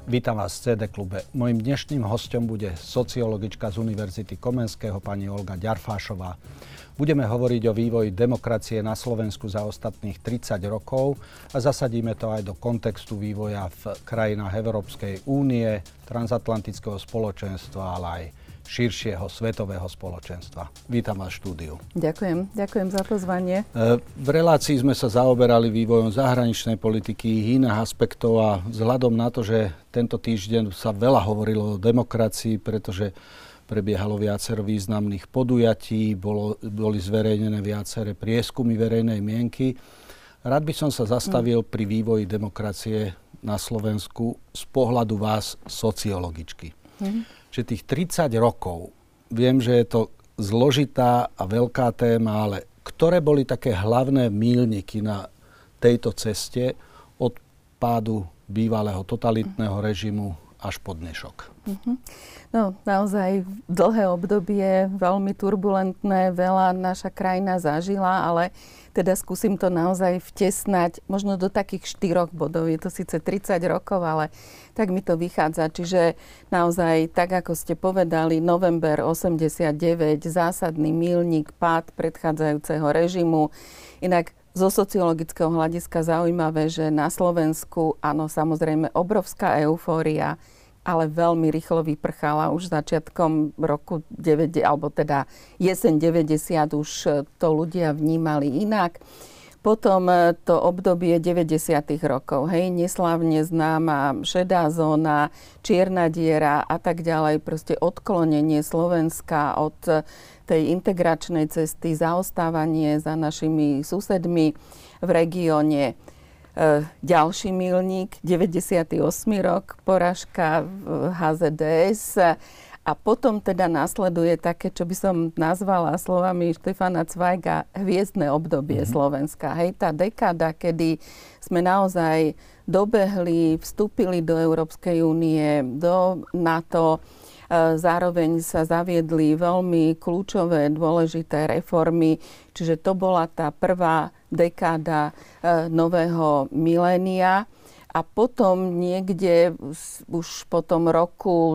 Vítam vás v CD klube. Mojím dnešným hosťom bude sociologička z Univerzity Komenského, pani Olga Ďarfášová. Budeme hovoriť o vývoji demokracie na Slovensku za ostatných 30 rokov a zasadíme to aj do kontextu vývoja v krajinách Európskej únie, transatlantického spoločenstva, ale aj širšieho svetového spoločenstva. Vítam vás v štúdiu. Ďakujem za pozvanie. V relácii sme sa zaoberali vývojom zahraničnej politiky, iných aspektov a vzhľadom na to, že tento týždeň sa veľa hovorilo o demokracii, pretože prebiehalo viacero významných podujatí, boli zverejnené viaceré prieskumy verejnej mienky. Rád by som sa zastavil pri vývoji demokracie na Slovensku z pohľadu vás sociologičky. Že tých 30 rokov, viem, že je to zložitá a veľká téma, ale ktoré boli také hlavné míľniky na tejto ceste od pádu bývalého totalitného režimu až po dnešok? No, naozaj dlhé obdobie, veľmi turbulentné, veľa naša krajina zažila, ale teda skúsim to naozaj vtesnať možno do takých 4 bodov. Je to síce 30 rokov, ale tak mi to vychádza. Čiže naozaj, tak ako ste povedali, november 89, zásadný míľnik, pád predchádzajúceho režimu. Inak zo sociologického hľadiska zaujímavé, že na Slovensku, áno, samozrejme obrovská eufória, ale veľmi rýchlo vyprchala už začiatkom roku 90, alebo teda jeseň 90 už to ľudia vnímali inak. Potom to obdobie 90. rokov, neslávne známa šedá zóna, čierna diera a tak ďalej, proste odklonenie Slovenska od tej integračnej cesty, zaostávanie za našimi susedmi v regióne. Ďalší míľnik, 98. rok, porážka v HZDS a potom teda nasleduje také, čo by som nazvala slovami Štefana Cvajga, hviezdne obdobie Slovenska. Tá dekáda, kedy sme naozaj dobehli, vstúpili do Európskej únie, do NATO, zároveň sa zaviedli veľmi kľúčové, dôležité reformy. Čiže to bola tá prvá dekáda nového milénia. A potom niekde už po tom roku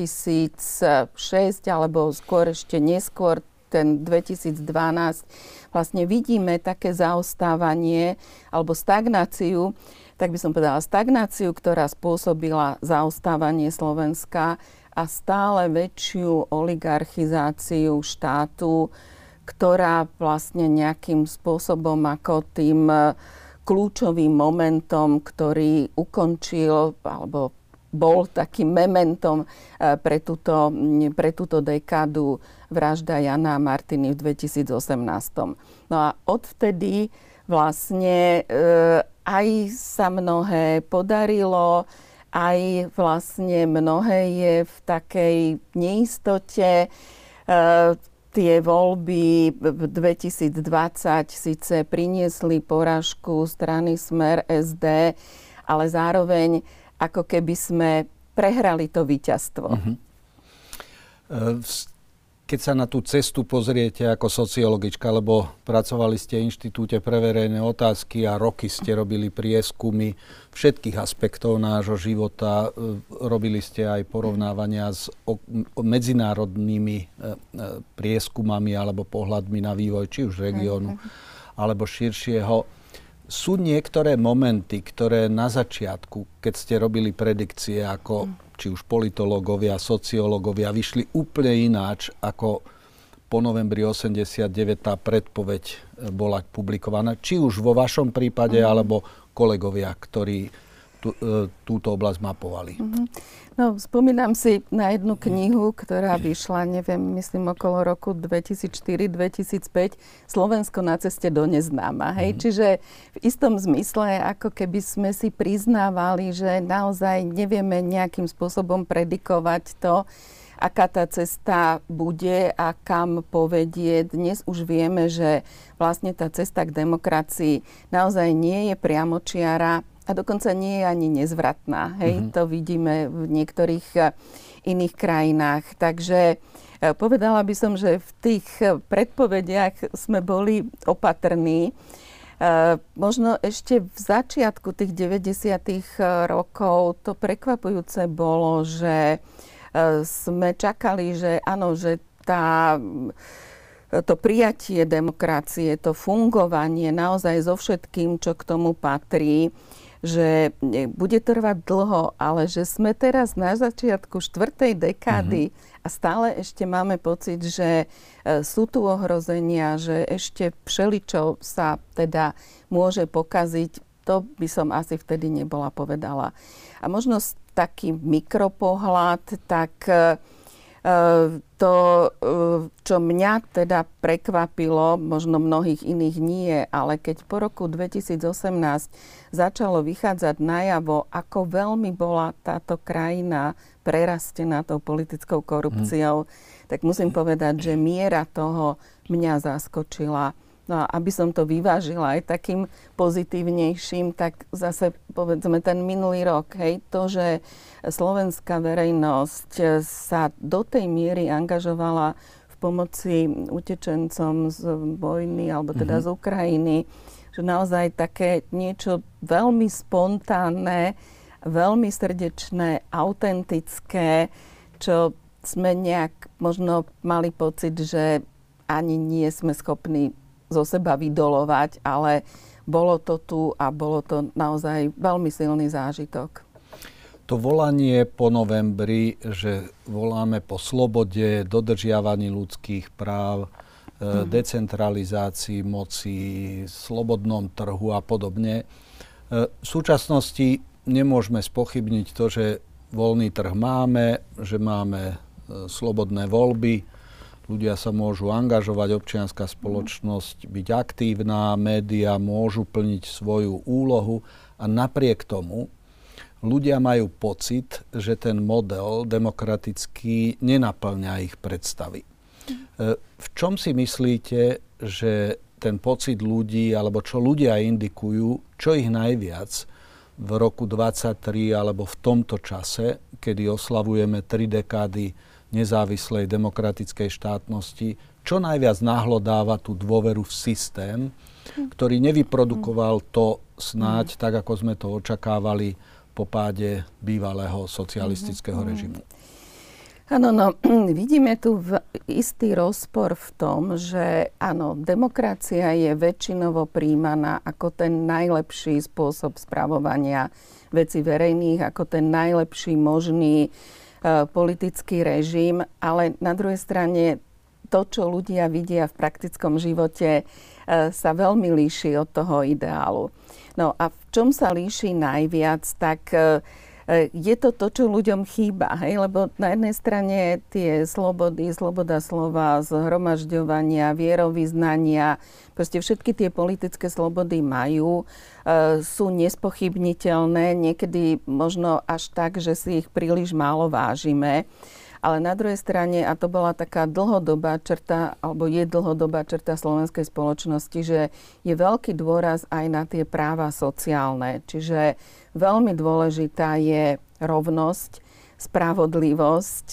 2006, alebo skôr ešte neskôr, ten 2012, vlastne vidíme také zaostávanie alebo stagnáciu, tak by som povedala stagnáciu, ktorá spôsobila zaostávanie Slovenska a stále väčšiu oligarchizáciu štátu, ktorá vlastne nejakým spôsobom ako tým kľúčovým momentom, ktorý ukončil alebo bol takým mementom pre túto dekádu vražda Jana a Martiny v 2018. No a odvtedy vlastne aj sa mnohé podarilo, aj vlastne mnohé je v takej neistote. Tie voľby v 2020 síce priniesli porážku strany Smer SD, ale zároveň ako keby sme prehrali to víťazstvo. Keď sa na tú cestu pozriete ako sociologička, lebo pracovali ste v Inštitúte pre verejné otázky a roky ste robili prieskumy všetkých aspektov nášho života, robili ste aj porovnávania s medzinárodnými prieskumami alebo pohľadmi na vývoj či už regiónu alebo širšieho. Sú niektoré momenty, ktoré na začiatku, keď ste robili predikcie ako či už politológovia, sociológovia, vyšli úplne ináč, ako po novembri 89 tá predpoveď bola publikovaná, či už vo vašom prípade, alebo kolegovia, ktorí túto oblasť mapovali? No, spomínam si na jednu knihu, ktorá vyšla, myslím, okolo roku 2004-2005, Slovensko na ceste do neznáma. Čiže v istom zmysle, ako keby sme si priznávali, že naozaj nevieme nejakým spôsobom predikovať to, aká tá cesta bude a kam povedie. Dnes už vieme, že vlastne tá cesta k demokracii naozaj nie je priamočiara a dokonca nie je ani nezvratná. To vidíme v niektorých iných krajinách. Takže povedala by som, že v tých predpovediach sme boli opatrní. Možno ešte v začiatku tých 90. rokov to prekvapujúce bolo, že sme čakali, že áno, že to prijatie demokracie, to fungovanie naozaj so všetkým, čo k tomu patrí, že bude trvať dlho, ale že sme teraz na začiatku 4. dekády a stále ešte máme pocit, že sú tu ohrozenia, že ešte všeličo sa teda môže pokaziť. To by som asi vtedy nebola povedala. A možno taký mikropohľad, tak to, čo mňa teda prekvapilo, možno mnohých iných nie, ale keď po roku 2018 začalo vychádzať najavo, ako veľmi bola táto krajina prerastená tou politickou korupciou, tak musím povedať, že miera toho mňa zaskočila. No a aby som to vyvážila aj takým pozitívnejším, tak zase povedzme ten minulý rok, to, že slovenská verejnosť sa do tej miery angažovala v pomoci utečencom z vojny, alebo teda z Ukrajiny, že naozaj také niečo veľmi spontánne, veľmi srdečné, autentické, čo sme nejak možno mali pocit, že ani nie sme schopní zo seba vydolovať, ale bolo to tu a bolo to naozaj veľmi silný zážitok. To volanie po novembri, že voláme po slobode, dodržiavaní ľudských práv, decentralizácii moci, slobodnom trhu a podobne. V súčasnosti nemôžeme spochybniť to, že voľný trh máme, že máme slobodné voľby, ľudia sa môžu angažovať, občianska spoločnosť byť aktívna, médiá môžu plniť svoju úlohu a napriek tomu ľudia majú pocit, že ten model demokratický nenaplňa ich predstavy. V čom si myslíte, že ten pocit ľudí, alebo čo ľudia indikujú, čo ich najviac v roku 2023 alebo v tomto čase, kedy oslavujeme 3 dekády nezávislej demokratickej štátnosti, čo najviac nahlodáva tú dôveru v systém, ktorý nevyprodukoval to snáď tak, ako sme to očakávali po páde bývalého socialistického režimu. Áno, no vidíme tu istý rozpor v tom, že áno, demokracia je väčšinovo príjmaná ako ten najlepší spôsob spravovania vecí verejných, ako ten najlepší možný politický režim, ale na druhej strane to, čo ľudia vidia v praktickom živote, sa veľmi líši od toho ideálu. No a v čom sa líši najviac, tak je to, čo ľuďom chýba, lebo na jednej strane tie slobody, sloboda slova, zhromažďovania, vierovyznania, proste všetky tie politické slobody majú, sú nespochybniteľné, niekedy možno až tak, že si ich príliš málo vážime. Ale na druhej strane, a to bola taká dlhodobá črta, alebo je dlhodobá črta slovenskej spoločnosti, že je veľký dôraz aj na tie práva sociálne. Čiže veľmi dôležitá je rovnosť, spravodlivosť,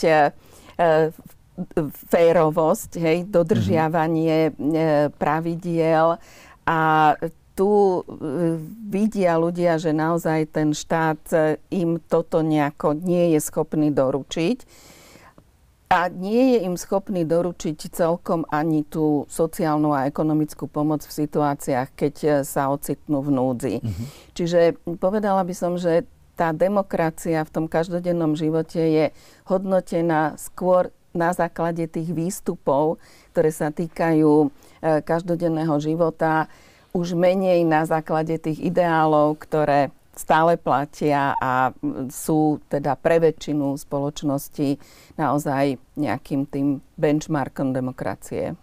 férovosť, dodržiavanie pravidiel. A tu vidia ľudia, že naozaj ten štát im toto nejako nie je schopný doručiť. A nie je im schopný doručiť celkom ani tú sociálnu a ekonomickú pomoc v situáciách, keď sa ocitnú v núdzi. Čiže povedala by som, že tá demokracia v tom každodennom živote je hodnotená skôr na základe tých výstupov, ktoré sa týkajú každodenného života, už menej na základe tých ideálov, ktoré stále platia a sú teda pre väčšinu spoločnosti naozaj nejakým tým benchmarkom demokracie.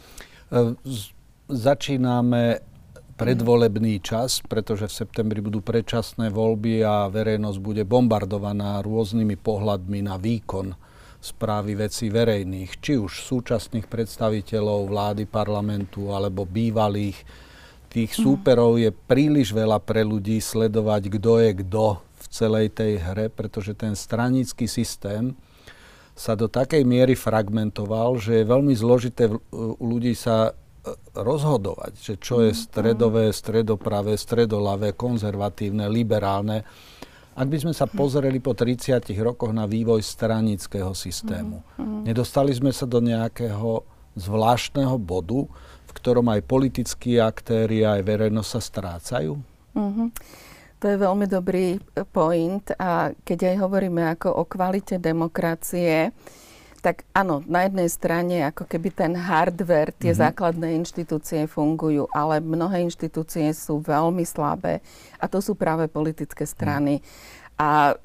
Začíname predvolebný čas, pretože v septembri budú predčasné voľby a verejnosť bude bombardovaná rôznymi pohľadmi na výkon správy vecí verejných, či už súčasných predstaviteľov vlády, parlamentu alebo bývalých. Tých súperov je príliš veľa pre ľudí sledovať, kto je kto v celej tej hre, pretože ten stranícky systém sa do takej miery fragmentoval, že je veľmi zložité u ľudí sa rozhodovať, že čo je stredové, stredopravé, stredoľavé, konzervatívne, liberálne. Ak by sme sa pozreli po 30 rokoch na vývoj stranického systému, nedostali sme sa do nejakého zvláštneho bodu, v ktorom aj politickí aktéri, aj verejnosť sa strácajú? To je veľmi dobrý point a keď aj hovoríme ako o kvalite demokracie, tak áno, na jednej strane ako keby ten hardware, tie základné inštitúcie fungujú, ale mnohé inštitúcie sú veľmi slabé a to sú práve politické strany. A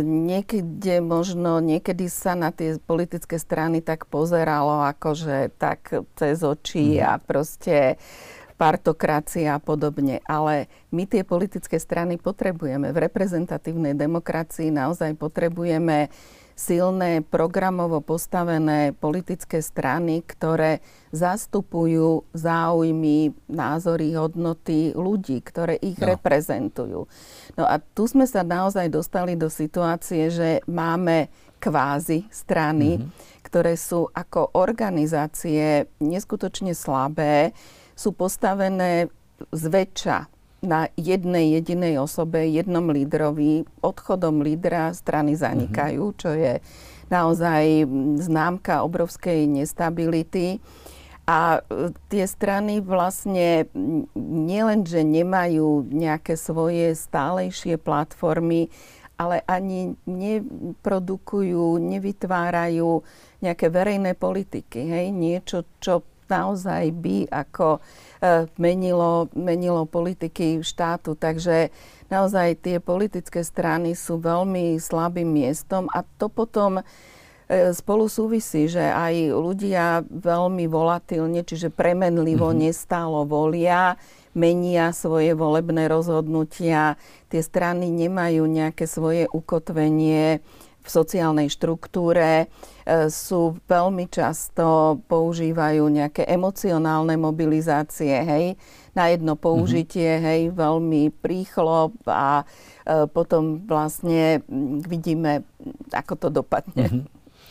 niekedy sa na tie politické strany tak pozeralo akože tak cez oči a proste partokracia a podobne. Ale my tie politické strany potrebujeme. V reprezentatívnej demokracii naozaj potrebujeme silné, programovo postavené politické strany, ktoré zastupujú záujmy, názory, hodnoty ľudí, ktoré ich reprezentujú. No a tu sme sa naozaj dostali do situácie, že máme kvázi strany, ktoré sú ako organizácie neskutočne slabé, sú postavené zväčša na jednej jedinej osobe, jednom lídrovi. Odchodom lídra strany zanikajú, čo je naozaj známka obrovskej nestability. A tie strany vlastne nielenže nemajú nejaké svoje stálejšie platformy, ale ani neprodukujú, nevytvárajú nejaké verejné politiky. Hej? Niečo, čo naozaj by ako menilo politiky štátu. Takže naozaj tie politické strany sú veľmi slabým miestom a to potom spolu súvisí, že aj ľudia veľmi volatilne, čiže premenlivo nestálo volia, menia svoje volebné rozhodnutia. Tie strany nemajú nejaké svoje ukotvenie v sociálnej štruktúre, sú veľmi často používajú nejaké emocionálne mobilizácie, hej, na jedno použitie, hej, veľmi rýchlo a potom vlastne vidíme, ako to dopadne.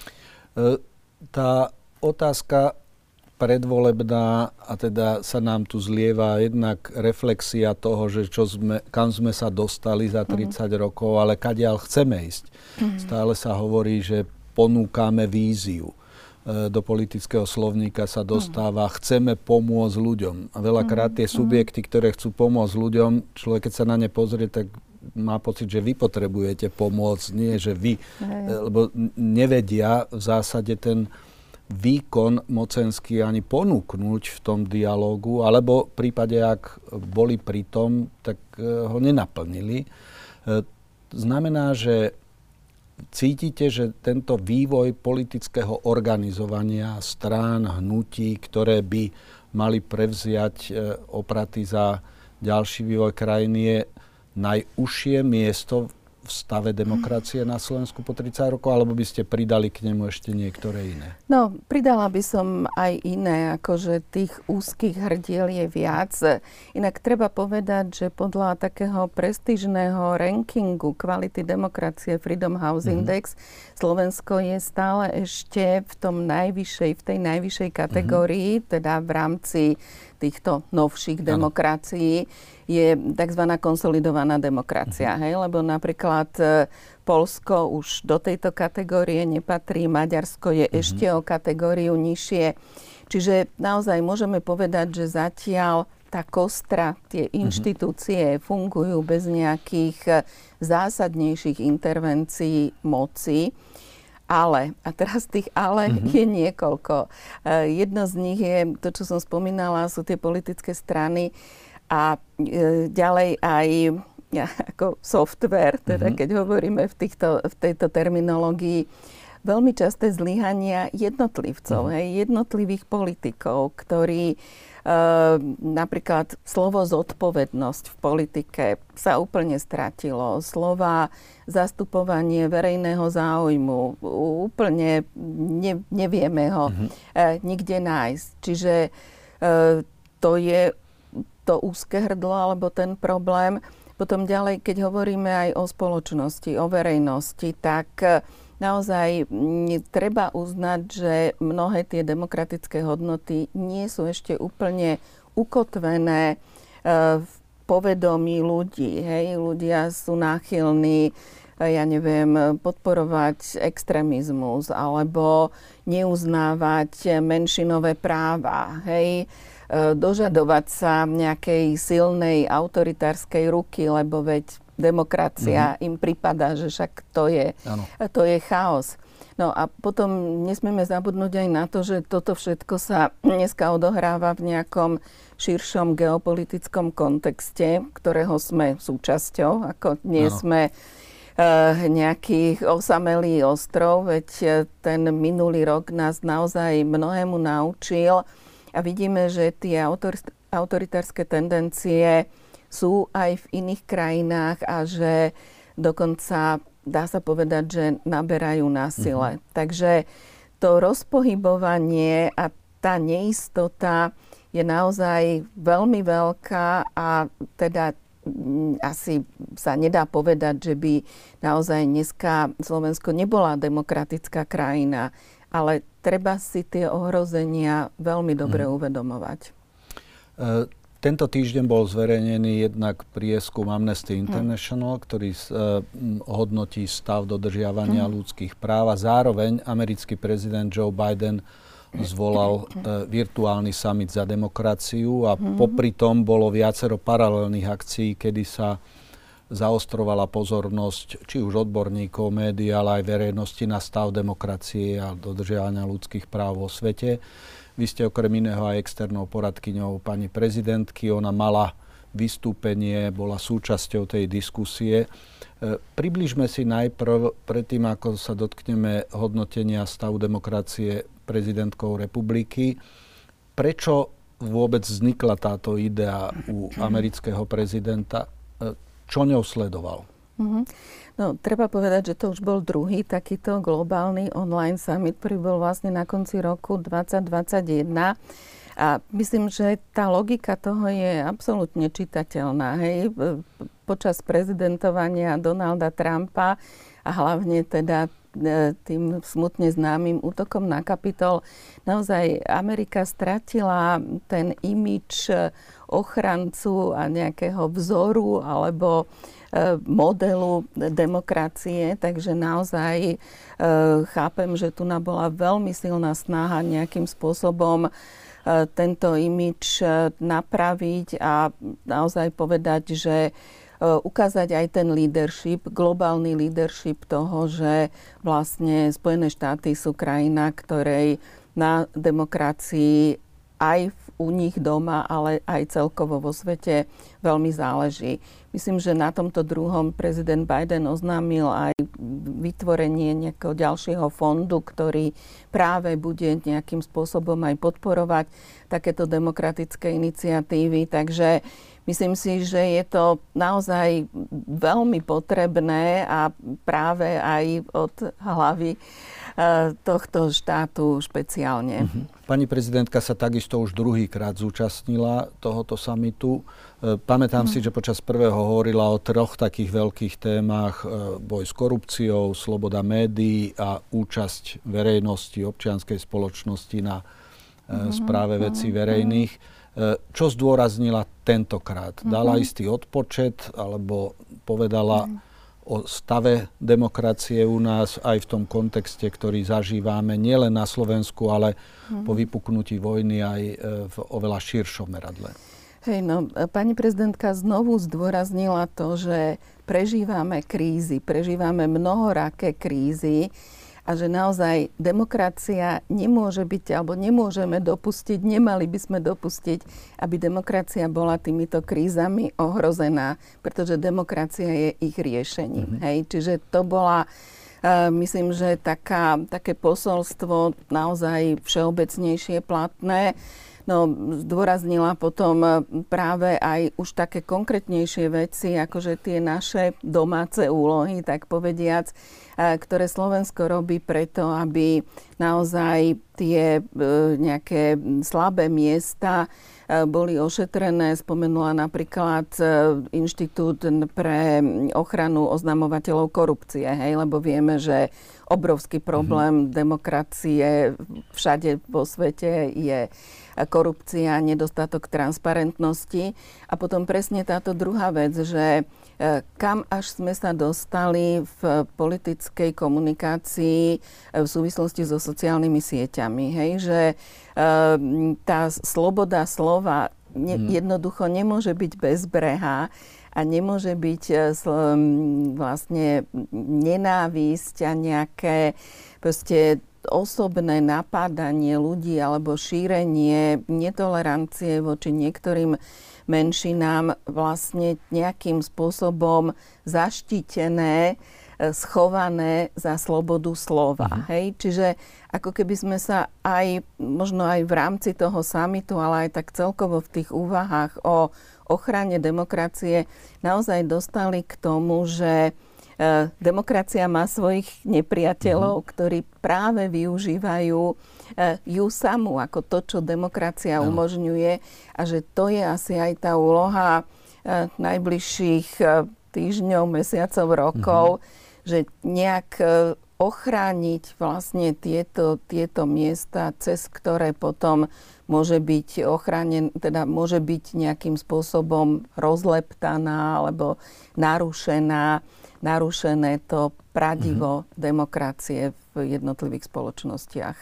Tá otázka predvolebná, a teda sa nám tu zlieva jednak reflexia toho, že kam sme sa dostali za 30 rokov, ale kadiaľ chceme ísť. Stále sa hovorí, že ponúkame víziu. Do politického slovníka sa dostáva, chceme pomôcť ľuďom. A veľakrát tie subjekty, ktoré chcú pomôcť ľuďom, človek keď sa na ne pozrie, tak má pocit, že vy potrebujete pomôcť, nie že vy. Lebo nevedia v zásade ten výkon mocenský ani ponúknuť v tom dialógu, alebo v prípade, ak boli pri tom, tak ho nenaplnili. Znamená, že cítite, že tento vývoj politického organizovania strán, hnutí, ktoré by mali prevziať opraty za ďalší vývoj krajiny, je najúžšie miesto v stave demokracie na Slovensku po 30 rokov, alebo by ste pridali k nemu ešte niektoré iné? No, pridala by som aj iné, akože tých úzkých hrdiel je viac. Inak treba povedať, že podľa takého prestížneho rankingu kvality demokracie Freedom House Index Slovensko je stále ešte v tej najvyššej kategórii, teda v rámci týchto novších demokracií, je tzv. Konsolidovaná demokracia. Hej? Lebo napríklad Poľsko už do tejto kategórie nepatrí, Maďarsko je ešte o kategóriu nižšie. Čiže naozaj môžeme povedať, že zatiaľ tá kostra, tie inštitúcie fungujú bez nejakých zásadnejších intervencií moci. Ale, a teraz tých ale je niekoľko. Jedno z nich je, to čo som spomínala, sú tie politické strany a ďalej aj ako software, teda keď hovoríme v tejto terminológii, veľmi časté zlyhania jednotlivcov, jednotlivých politikov, ktorí napríklad slovo zodpovednosť v politike sa úplne stratilo. Slova zastupovanie verejného záujmu úplne nevieme ho nikde nájsť. Čiže to je to úzke hrdlo alebo ten problém. Potom ďalej, keď hovoríme aj o spoločnosti, o verejnosti, tak naozaj treba uznať, že mnohé tie demokratické hodnoty nie sú ešte úplne ukotvené v povedomí ľudí. Hej? Ľudia sú náchylní, podporovať extrémizmus alebo neuznávať menšinové práva. Hej? Dožadovať sa nejakej silnej autoritárskej ruky, lebo veď demokracia im pripadá, že však to je chaos. No a potom nesmieme zabudnúť aj na to, že toto všetko sa dneska odohráva v nejakom širšom geopolitickom kontexte, ktorého sme súčasťou, ako nie sme nejaký osamelý ostrov, veď ten minulý rok nás naozaj mnohému naučil a vidíme, že tie autoritárske tendencie sú aj v iných krajinách a že dokonca dá sa povedať, že naberajú na sile. Takže to rozpohybovanie a tá neistota je naozaj veľmi veľká a teda asi sa nedá povedať, že by naozaj dneska Slovensko nebola demokratická krajina, ale treba si tie ohrozenia veľmi dobre uvedomovať. Tento týždeň bol zverejnený jednak prieskum Amnesty International, ktorý hodnotí stav dodržiavania ľudských práv a zároveň americký prezident Joe Biden zvolal virtuálny summit za demokraciu a popri tom bolo viacero paralelných akcií, kedy sa zaostrovala pozornosť či už odborníkov, médií, ale aj verejnosti na stav demokracie a dodržiavania ľudských práv vo svete. Vy ste okrem iného aj externou poradkyňou pani prezidentky. Ona mala vystúpenie, bola súčasťou tej diskusie. Približme si najprv, predtým ako sa dotkneme hodnotenia stavu demokracie prezidentkou republiky, prečo vôbec vznikla táto idea u amerického prezidenta? Čo ňou sledoval? No, treba povedať, že to už bol druhý takýto globálny online summit, ktorý bol vlastne na konci roku 2021. A myslím, že tá logika toho je absolútne čitateľná. Hej? Počas prezidentovania Donalda Trumpa a hlavne teda tým smutne známym útokom na Kapitol, naozaj Amerika stratila ten imidž ochrancu a nejakého vzoru alebo modelu demokracie, takže naozaj chápem, že tu bola veľmi silná snaha nejakým spôsobom tento imidž napraviť a naozaj povedať, že ukázať aj ten leadership, globálny leadership toho, že vlastne Spojené štáty sú krajina, ktorej na demokracii aj u nich doma, ale aj celkovo vo svete veľmi záleží. Myslím, že na tomto druhom prezident Biden oznámil aj vytvorenie nejakého ďalšieho fondu, ktorý práve bude nejakým spôsobom aj podporovať takéto demokratické iniciatívy. Takže myslím si, že je to naozaj veľmi potrebné a práve aj od hlavy tohto štátu špeciálne. Pani prezidentka sa takisto už druhýkrát zúčastnila tohoto samitu. Pamätám si, že počas prvého hovorila o 3 takých veľkých témach: boj s korupciou, sloboda médií a účasť verejnosti, občianskej spoločnosti na správe vecí verejných. Čo zdôraznila tentokrát? Dala istý odpočet alebo povedala o stave demokracie u nás aj v tom kontexte, ktorý zažívame nielen na Slovensku, ale po vypuknutí vojny aj v oveľa širšom meradle? Pani prezidentka znovu zdôraznila to, že prežívame krízy, prežívame mnohoraké krízy a že naozaj demokracia nemôže byť, alebo nemôžeme dopustiť, nemali by sme dopustiť, aby demokracia bola týmito krízami ohrozená, pretože demokracia je ich riešením. Hej? Čiže to bola, myslím, že také posolstvo naozaj všeobecnejšie platné. No, zdôraznila potom práve aj už také konkrétnejšie veci, akože tie naše domáce úlohy, tak povediac, ktoré Slovensko robí preto, aby naozaj tie nejaké slabé miesta boli ošetrené. Spomenula napríklad Inštitút pre ochranu oznamovateľov korupcie, hej, lebo vieme, že obrovský problém demokracie všade vo svete je korupcia, nedostatok transparentnosti. A potom presne táto druhá vec, že kam až sme sa dostali v politickej komunikácii v súvislosti so sociálnymi sieťami. Hej? Že tá sloboda slova jednoducho nemôže byť bezbrehá a nemôže byť vlastne nenávisť a nejaké proste osobné napádanie ľudí alebo šírenie netolerancie voči niektorým menšinám vlastne nejakým spôsobom zaštítené, schované za slobodu slova. Hej? Čiže ako keby sme sa aj, možno aj v rámci toho samitu, ale aj tak celkovo v tých úvahách o ochrane demokracie naozaj dostali k tomu, že demokracia má svojich nepriateľov, ktorí práve využívajú ju samú ako to, čo demokracia umožňuje a že to je asi aj tá úloha najbližších týždňov, mesiacov, rokov, že nejak ochrániť vlastne tieto miesta, cez ktoré potom môže byť ochránené, teda môže byť nejakým spôsobom rozleptaná alebo narušené to pradivo demokracie v jednotlivých spoločnostiach.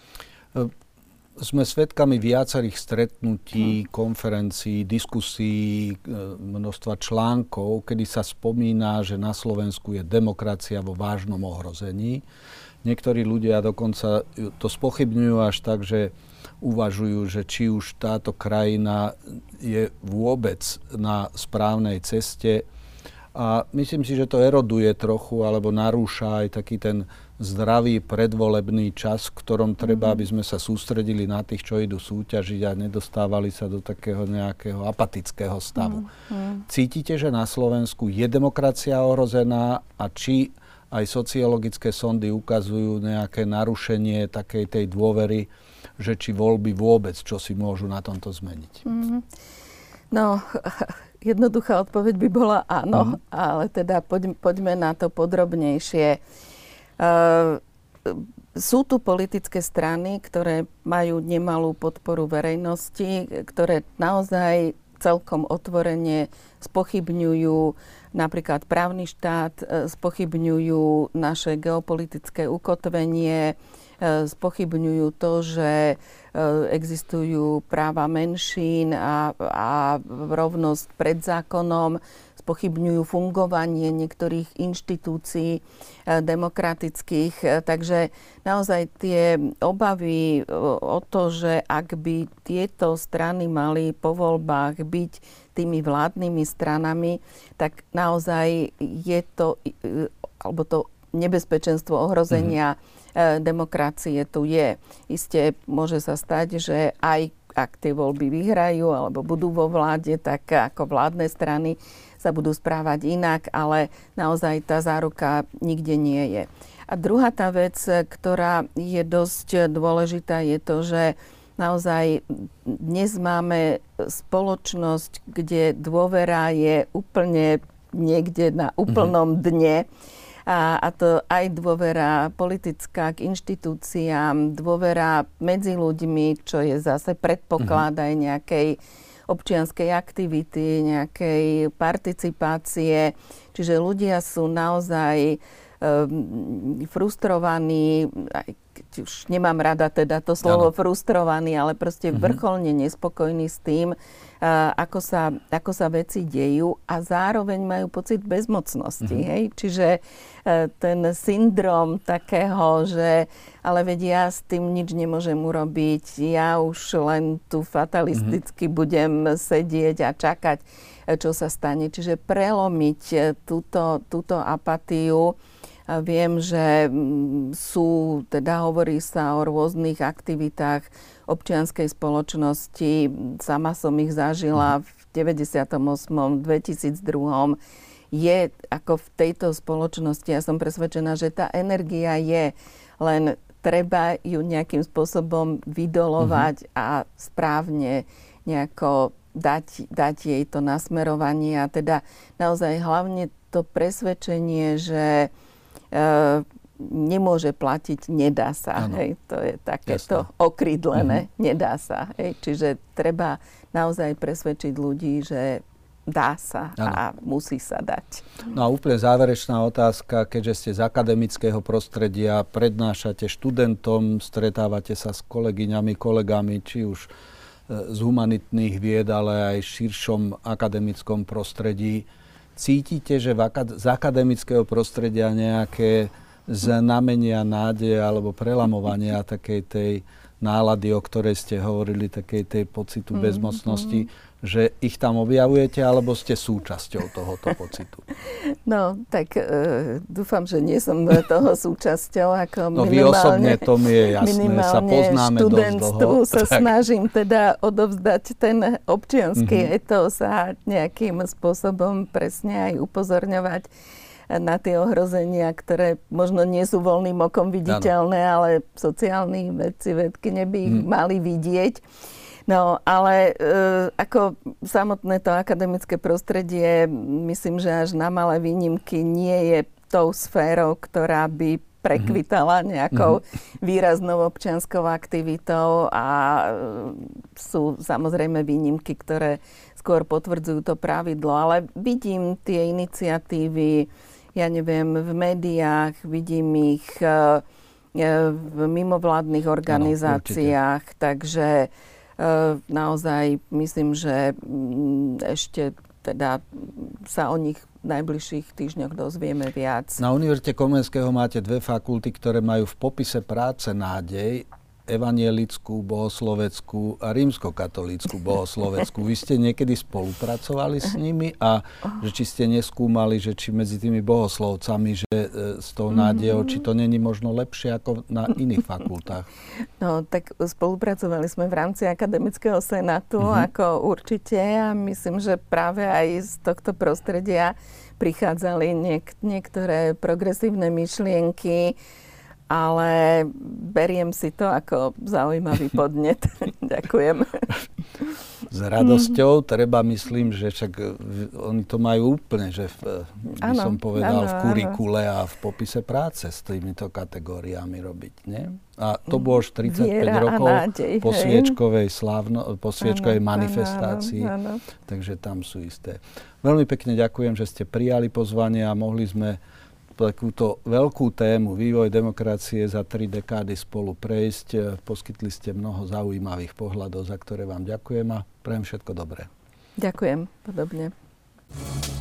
Sme svedkami viacerých stretnutí, konferencií, diskusí, množstva článkov, kedy sa spomína, že na Slovensku je demokracia vo vážnom ohrození. Niektorí ľudia dokonca to spochybňujú až tak, že uvažujú, že či už táto krajina je vôbec na správnej ceste. A myslím si, že to eroduje trochu alebo narúša aj taký ten zdravý predvolebný čas, v ktorom treba, aby sme sa sústredili na tých, čo idú súťažiť a nedostávali sa do takého nejakého apatického stavu. Cítite, že na Slovensku je demokracia ohrozená a či aj sociologické sondy ukazujú nejaké narušenie takej tej dôvery, že či voľby vôbec, čo si môžu na tomto zmeniť? No, jednoduchá odpoveď by bola áno, ale teda poďme na to podrobnejšie. Sú tu politické strany, ktoré majú nemalú podporu verejnosti, ktoré naozaj celkom otvorene spochybňujú napríklad právny štát, spochybňujú naše geopolitické ukotvenie, spochybňujú to, že existujú práva menšín a rovnosť pred zákonom, spochybňujú fungovanie niektorých inštitúcií demokratických. Takže naozaj tie obavy o to, že ak by tieto strany mali po voľbách byť tými vládnymi stranami, tak naozaj je to, alebo to nebezpečenstvo ohrozenia demokracie tu je. Isté môže sa stať, že aj ak tie voľby vyhrajú alebo budú vo vláde, tak ako vládne strany sa budú správať inak, ale naozaj tá záruka nikde nie je. A druhá tá vec, ktorá je dosť dôležitá, je to, že naozaj dnes máme spoločnosť, kde dôvera je úplne niekde na úplnom dne. A to aj dôvera politická k inštitúciám, dôvera medzi ľuďmi, čo je zase predpoklad aj nejakej občianskej aktivity, nejakej participácie. Čiže ľudia sú naozaj frustrovaní, už nemám rada teda to slovo frustrovaní, ale proste vrcholne nespokojní s tým, ako sa veci dejú a zároveň majú pocit bezmocnosti. Hej? Čiže ten syndrom takého, že ale veď ja s tým nič nemôžem urobiť, ja už len tu fatalisticky budem sedieť a čakať, čo sa stane. Čiže prelomiť túto apatiu. Viem, že hovorí sa o rôznych aktivitách občianskej spoločnosti. Sama som ich zažila v 98., 2002. je ako v tejto spoločnosti. Ja som presvedčená, že tá energia je, len treba ju nejakým spôsobom vydolovať a správne nejako dať jej to nasmerovanie a teda naozaj hlavne to presvedčenie, že nemôže platiť, nedá sa. Hej, to je takéto okrydlené, nedá sa. Hej, čiže treba naozaj presvedčiť ľudí, že dá sa a musí sa dať. No a úplne záverečná otázka, keďže ste z akademického prostredia, prednášate študentom, stretávate sa s kolegyňami, kolegami, či už z humanitných vied, ale aj v širšom akademickom prostredí. Cítite, že z akademického prostredia nejaké znamenia, nádeje alebo prelamovania takej tej nálady, o ktorej ste hovorili, takej tej pocitu bezmocnosti, že ich tam objavujete, alebo ste súčasťou tohoto pocitu? No, tak dúfam, že nie som toho súčasťou. Ako no vy osobne, to mi je jasné, sa poznáme dosť dlho. Sa snažím teda odovzdať ten občiansky etos a nejakým spôsobom presne aj upozorňovať na tie ohrozenia, ktoré možno nie sú voľným okom viditeľné, ale sociálni vedci, vedkyne by ich mali vidieť. No, ale ako samotné to akademické prostredie, myslím, že až na malé výnimky nie je tou sférou, ktorá by prekvitala nejakou výraznou občianskou aktivitou a sú samozrejme výnimky, ktoré skôr potvrdzujú to pravidlo, ale vidím tie iniciatívy, ja neviem, v médiách, vidím ich v mimovládnych organizáciách, takže naozaj myslím, že ešte teda sa o nich v najbližších týždňoch dozvieme viac. Na Univerzite Komenského máte dve fakulty, ktoré majú v popise práce nádej, evanielickú, bohosloveckú a rímskokatolícku bohosloveckú. Vy ste niekedy spolupracovali s nimi a že či ste neskúmali, že či medzi tými bohoslovcami, že s tou nádejou, či to není možno lepšie ako na iných fakultách? No, tak spolupracovali sme v rámci akademického senátu, ako určite, a myslím, že práve aj z tohto prostredia prichádzali niektoré progresívne myšlienky, ale beriem si to ako zaujímavý podnet. Ďakujem. S radosťou, treba myslím, že však oni to majú úplne, že by som povedal, v kurikule a v popise práce s týmito kategóriami robiť, nie? A to bolo už 35 rokov nádej, po sviečkovej manifestácii, takže tam sú isté. Veľmi pekne ďakujem, že ste prijali pozvanie a mohli sme takúto veľkú tému vývoj demokracie za 3 dekády spolu prejsť. Poskytli ste mnoho zaujímavých pohľadov, za ktoré vám ďakujem a prajem všetko dobré. Ďakujem, podobne.